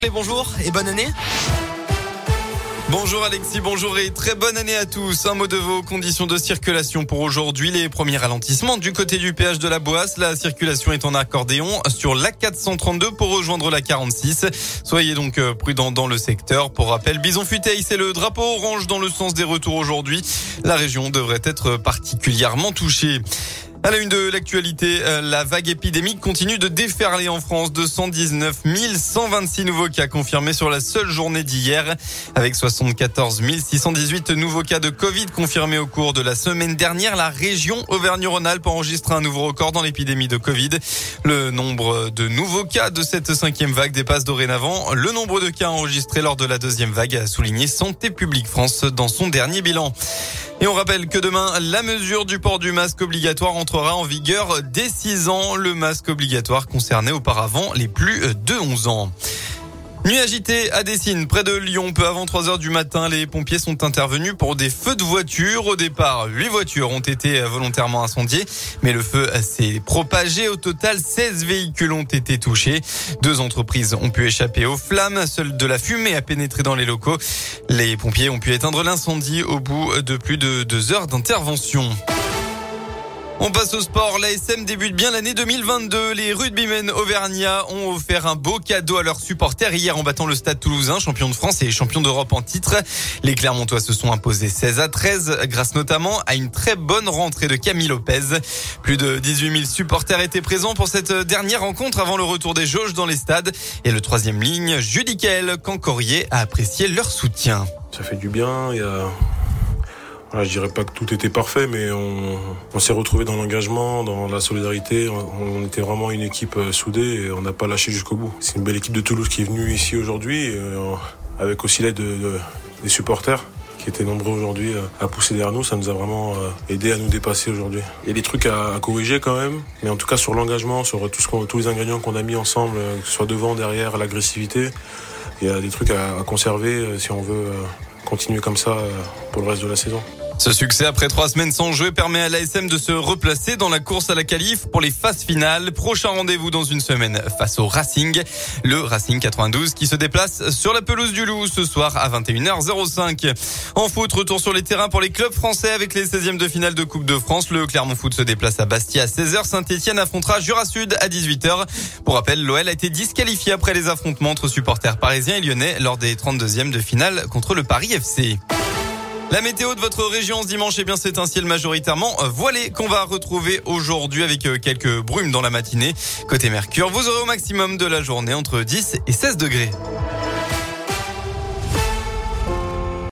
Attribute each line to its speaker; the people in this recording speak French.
Speaker 1: Bonjour et bonne année.
Speaker 2: Bonjour Alexis, bonjour et très bonne année à tous. Un mot de vos conditions de circulation pour aujourd'hui. Les premiers ralentissements du côté du péage de la Boisse. La circulation est en accordéon sur l'A432 pour rejoindre la 46. Soyez donc prudents dans le secteur. Pour rappel, Bison-Futeil, c'est le drapeau orange dans le sens des retours aujourd'hui. La région devrait être particulièrement touchée. À la une de l'actualité, la vague épidémique continue de déferler en France. 219 126 nouveaux cas confirmés sur la seule journée d'hier, avec 74 618 nouveaux cas de Covid confirmés au cours de la semaine dernière. La région Auvergne-Rhône-Alpes enregistre un nouveau record dans l'épidémie de Covid. Le nombre de nouveaux cas de cette cinquième vague dépasse dorénavant le nombre de cas enregistrés lors de la deuxième vague, a souligné Santé publique France dans son dernier bilan. Et on rappelle que demain, la mesure du port du masque obligatoire entrera en vigueur dès 6 ans. Le masque obligatoire concernait auparavant les plus de 11 ans. Nuit agitée à Dessines, près de Lyon. Peu avant 3 heures du matin, les pompiers sont intervenus pour des feux de voitures. Au départ, 8 voitures ont été volontairement incendiées, mais le feu s'est propagé. Au total, 16 véhicules ont été touchés. 2 entreprises ont pu échapper aux flammes. Seule de la fumée a pénétré dans les locaux. Les pompiers ont pu éteindre l'incendie au bout de plus de 2 heures d'intervention. On passe au sport. L'ASM débute bien l'année 2022. Les rugbymen auvergnats ont offert un beau cadeau à leurs supporters hier en battant le Stade Toulousain, champion de France et champion d'Europe en titre. Les Clermontois se sont imposés 16-13 grâce notamment à une très bonne rentrée de Camille Lopez. Plus de 18 000 supporters étaient présents pour cette dernière rencontre avant le retour des jauges dans les stades. Et le troisième ligne, Judicaël Cancorier, a apprécié leur soutien.
Speaker 3: Ça fait du bien. Je dirais pas que tout était parfait, mais on s'est retrouvés dans l'engagement, dans la solidarité. On était vraiment une équipe soudée et on n'a pas lâché jusqu'au bout. C'est une belle équipe de Toulouse qui est venue ici aujourd'hui, avec aussi l'aide des supporters qui étaient nombreux aujourd'hui à pousser derrière nous. Ça nous a vraiment aidé à nous dépasser aujourd'hui. Il y a des trucs à corriger quand même, mais en tout cas sur l'engagement, sur tous les ingrédients qu'on a mis ensemble, que ce soit devant, derrière, l'agressivité, il y a des trucs à conserver si on veut continuer comme ça pour le reste de la saison.
Speaker 2: Ce succès après 3 semaines sans jeu permet à l'ASM de se replacer dans la course à la qualif pour les phases finales. Prochain rendez-vous dans une semaine face au Racing. Le Racing 92 qui se déplace sur la pelouse du Loup ce soir à 21h05. En foot, retour sur les terrains pour les clubs français avec les 16e de finale de Coupe de France. Le Clermont Foot se déplace à Bastia à 16h. Saint-Etienne affrontera Jura Sud à 18h. Pour rappel, l'OL a été disqualifié après les affrontements entre supporters parisiens et lyonnais lors des 32e de finale contre le Paris FC. La météo de votre région ce dimanche, c'est un ciel majoritairement voilé qu'on va retrouver aujourd'hui avec quelques brumes dans la matinée. Côté Mercure, vous aurez au maximum de la journée entre 10 et 16 degrés.